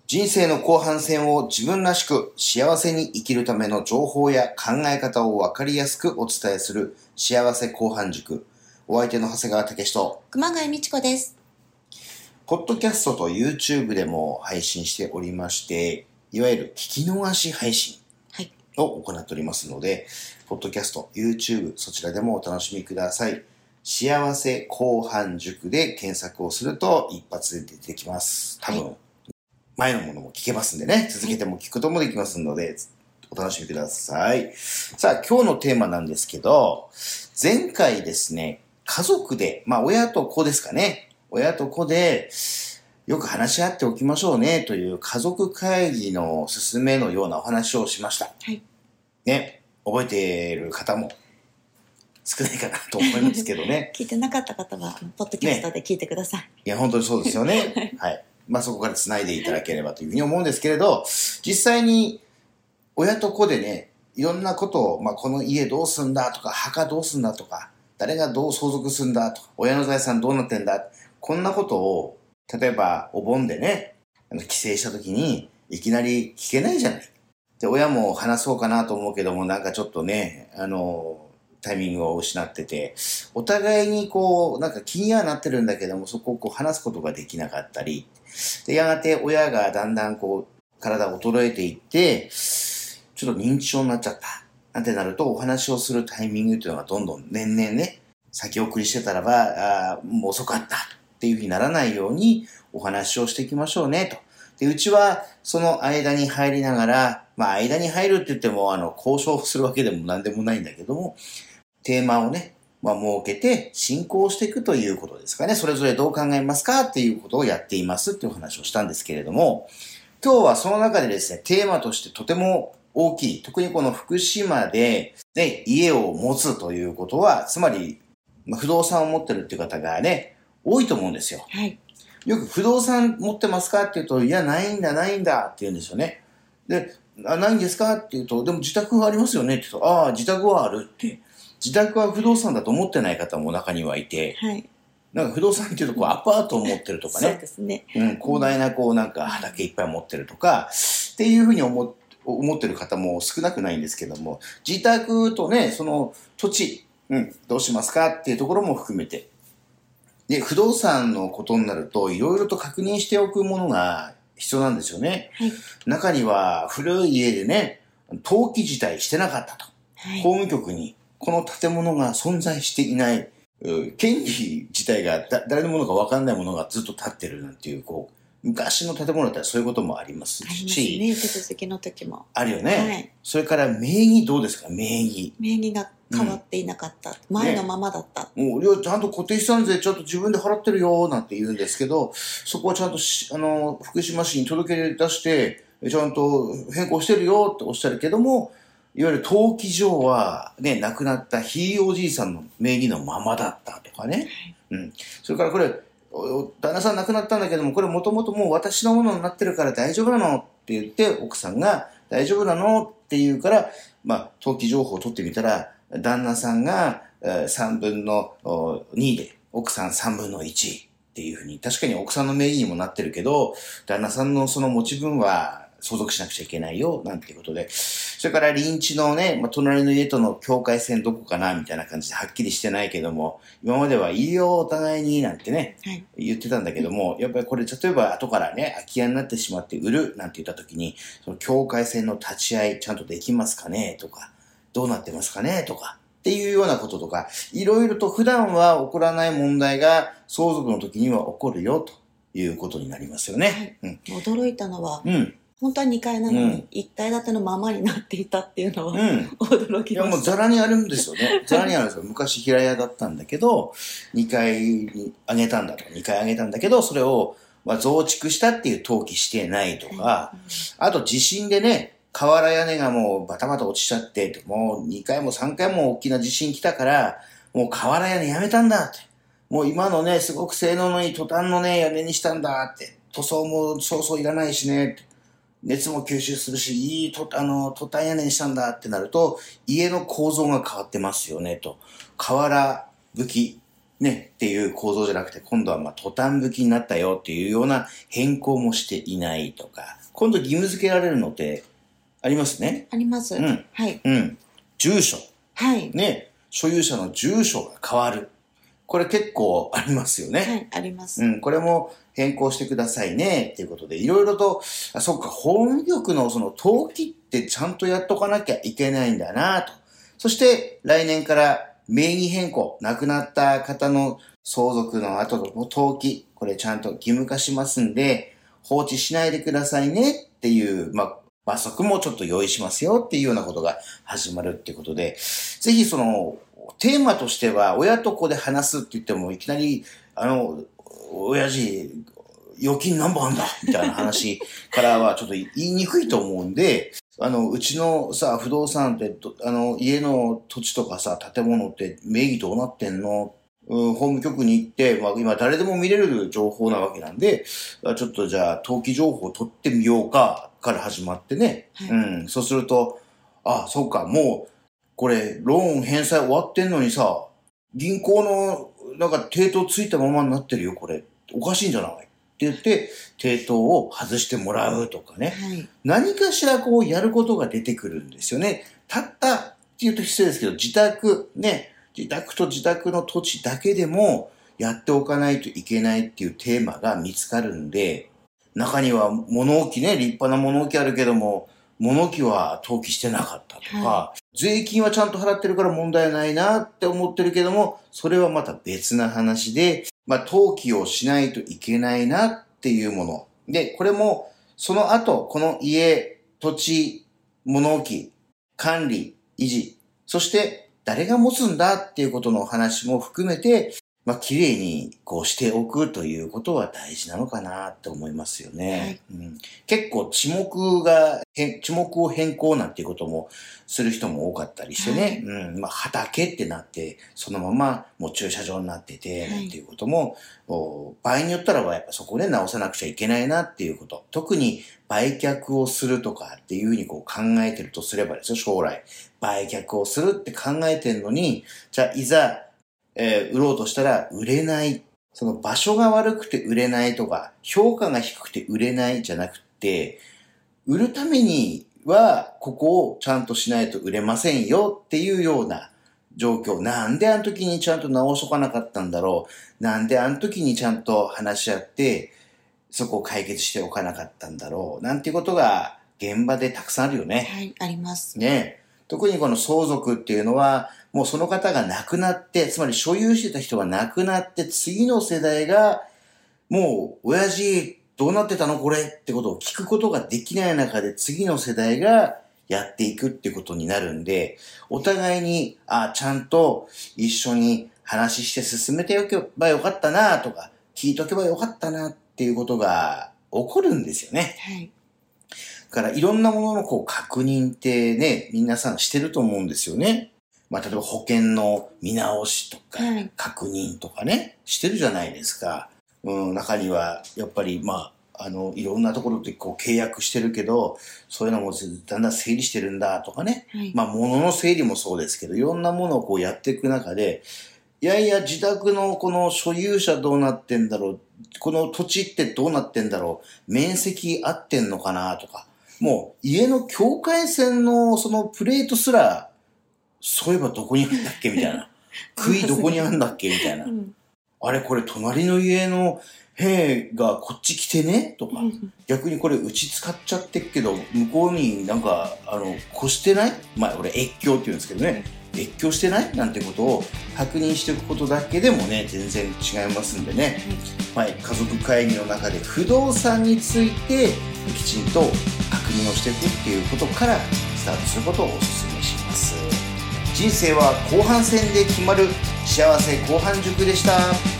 人生の後半戦を自分らしく幸せに生きるための情報や考え方を分かりやすくお伝えする幸せ後半塾。お相手の長谷川武史と熊谷美智子です。 ポッドキャストと YouTube でも配信しておりまして、いわゆる聞き逃し配信を行っておりますので、ポッドキャスト、YouTube そちらでもお楽しみください。幸せ後半塾で検索をすると一発で出てきます。多分、前のものも聞けますんでね、続けても聞くこともできますので、お楽しみください。さあ、今日のテーマなんですけど、前回ですね、家族で、親と子ですかね。親と子で、よく話し合っておきましょうね、という家族会議の勧めのようなお話をしました。 はい。 ね、覚えている方も少ないかなと思いますけどね。 聞いてなかった方は、ポッドキャストで聞いてください。 いや、本当にそうですよね。はい。そこから繋いでいただければというふうに思うんですけれど、実際に親と子でね、いろんなことを、この家どうすんだとか、墓どうすんだとか、誰がどう相続すんだとか、親の財産どうなってんだ、こんなことを、例えばお盆でね、帰省した時にいきなり聞けないじゃない。で、親も話そうかなと思うけども、なんかちょっとね、タイミングを失ってて、お互いになんか気にはなってるんだけども、そこを話すことができなかったり、で、やがて親がだんだん体を衰えていって、ちょっと認知症になっちゃった。なんてなると、お話をするタイミングっていうのがどんどん年々ね、先送りしてたらば、もう遅かったっていうふうにならないようにお話をしていきましょうね、と。で、うちはその間に入りながら、間に入るって言っても、交渉するわけでも何でもないんだけども、テーマをね、設けて進行していくということですかね。それぞれどう考えますかっていうことをやっていますっていう話をしたんですけれども、今日はその中でですね、テーマとしてとても大きい、特にこの福島で、ね、家を持つということは、つまり、不動産を持ってるっていう方がね、多いと思うんですよ。 はい。 よく不動産持ってますかって言うと、いや、ないんだって言うんですよね。で、ないんですかって言うと、でも自宅はありますよねって言うと、自宅はあるって。自宅は不動産だと思ってない方も中にはいて、 はい。 なんか不動産っていうとアパートを持ってるとかね。 そうですね。 広大ななんか畑いっぱい持ってるとか、っていうふうに思ってる方も少なくないんですけども、自宅とね、その土地、どうしますかっていうところも含めて。で、不動産のことになると、いろいろと確認しておくものが必要なんですよね。 はい。 中には古い家でね、登記自体してなかったと。 はい。 法務局にこの建物が存在していない、権利自体が誰のものか分かんないものがずっと建ってるなんていう、昔の建物だったらそういうこともありますし。 ありますね。手続きの時も。 あるよね。 はい。 それから名義どうですか、名義。 名義が変わっていなかった。前のままだった。 もう、ちゃんと固定資産税ちょっと自分で払ってるよなんて言うんですけど、そこはちゃんと福島市に届け出して、ちゃんと変更してるよっておっしゃるけども、いわゆる登記上はね、亡くなったひいおじいさんの名義のままだったとかね。それからこれ、旦那さん亡くなったんだけども、これもともともう私のものになってるから大丈夫なのって言って、奥さんが大丈夫なのって言うから、登記情報を取ってみたら、旦那さんが3分の2で、奥さん3分の1っていうふうに、確かに奥さんの名義にもなってるけど、旦那さんのその持ち分は相続しなくちゃいけないよ、なんていうことで。それから隣地のね、隣の家との境界線どこかな、みたいな感じではっきりしてないけども、今まではいいよ、お互いに、なんてね、言ってたんだけども、やっぱりこれ、例えば後からね、空き家になってしまって売る、なんて言った時に、その境界線の立ち会い、ちゃんとできますかね、とか、どうなってますかね、とか、っていうようなこととか、いろいろと普段は起こらない問題が相続の時には起こるよ、ということになりますよね。 驚いたのは、本当は2階なのに、1階建てのままになっていたっていうのは、驚きました。 いや、もうザラにあるんですよね。ザラにあるんですよ。昔平屋だったんだけど、2階に上げたんだと。2階上げたんだけど、それを、増築したっていう登記してないとか、あと地震でね、瓦屋根がもうバタバタ落ちちゃって、もう2回も3回も大きな地震来たから、もう瓦屋根やめたんだって。もう今のね、すごく性能のいいトタンのね、屋根にしたんだって。塗装もそうそういらないしねって。熱も吸収するし、いいトタン屋根にしたんだってなると、家の構造が変わってますよねと。瓦葺きね、っていう構造じゃなくて、今度はトタン拭きになったよっていうような変更もしていないとか、今度義務付けられるのってありますね。 あります。はい。 住所。 はい。 ね、所有者の住所が変わる。これ結構ありますよね。 はい、あります。 これも変更してくださいね、っていうことで、いろいろと、そっか、法務局のその登記ってちゃんとやっとかなきゃいけないんだなと。そして、来年から名義変更、亡くなった方の相続の後の登記、これちゃんと義務化しますんで、放置しないでくださいねっていう、罰則もちょっと用意しますよっていうようなことが始まるっていうことで、ぜひその、テーマとしては、親と子で話すって言っても、いきなり、親父、預金何本あんだみたいな話からはちょっと言いにくいと思うんで、うちのさ、不動産って、家の土地とかさ、建物って名義どうなってんの？法務局に行って、今誰でも見れる情報なわけなんで、ちょっとじゃあ、登記情報を取ってみようか、から始まってね。はい、そうすると、そうか、もう、これ、ローン返済終わってんのにさ、銀行の、抵当ついたままになってるよ、これ。おかしいんじゃない？って言って、抵当を外してもらうとかね。はい、何かしらやることが出てくるんですよね。たったって言うと失礼ですけど、自宅と自宅の土地だけでもやっておかないといけないっていうテーマが見つかるんで、中には物置ね、立派な物置あるけども、物置は登記してなかったとか、はい、税金はちゃんと払ってるから問題ないなって思ってるけども、それはまた別な話で、登記をしないといけないなっていうもの。で、これも、その後、この家、土地、物置、管理、維持、そして誰が持つんだっていうことの話も含めて、綺麗にしておくということは大事なのかなって思いますよね。はい、結構地目を変更なんていうこともする人も多かったりしてね。はい、畑ってなって、そのままもう駐車場になってて、なんていうことも、場合によったらやっぱそこで直さなくちゃいけないなっていうこと。特に売却をするとかっていうふうに考えてるとすればですよ、将来。売却をするって考えてるのに、じゃあいざ、売ろうとしたら売れない。その場所が悪くて売れないとか、評価が低くて売れないじゃなくて、売るためにはここをちゃんとしないと売れませんよっていうような状況。なんであの時にちゃんと直しとかなかったんだろう。なんであの時にちゃんと話し合って、そこを解決しておかなかったんだろう。なんていうことが現場でたくさんあるよね。 はい、あります。 ね。特にこの相続っていうのは、もうその方が亡くなって、つまり所有してた人が亡くなって、次の世代が、もう、親父、どうなってたのこれってことを聞くことができない中で、次の世代がやっていくってことになるんで、お互いに、ちゃんと一緒に話して進めておけばよかったなとか、聞いとけばよかったなっていうことが起こるんですよね。はい。だからいろんなものの確認ってね、皆さんしてると思うんですよね。例えば保険の見直しとか、確認とかね、してるじゃないですか。中には、やっぱりいろんなところで契約してるけど、そういうのもだんだん整理してるんだとかね。はい、物の整理もそうですけど、いろんなものをやっていく中で、いやいや、自宅のこの所有者どうなってんだろう、この土地ってどうなってんだろう、面積合ってんのかなとか、もう家の境界線のそのプレートすら、そういえばどこにあんだっけみたいな。杭どこにあんだっけみたいな。あれこれ隣の家の兵がこっち来てねとか、逆にこれうち使っちゃってっけど、向こうに越してない？俺越境って言うんですけどね。越境してないなんてことを確認しておくことだけでもね、全然違いますんでね。家族会議の中で不動産についてきちんと確認をしていくっていうことからスタートすることをお勧めします。人生は後半戦で決まる幸せ後半塾でした。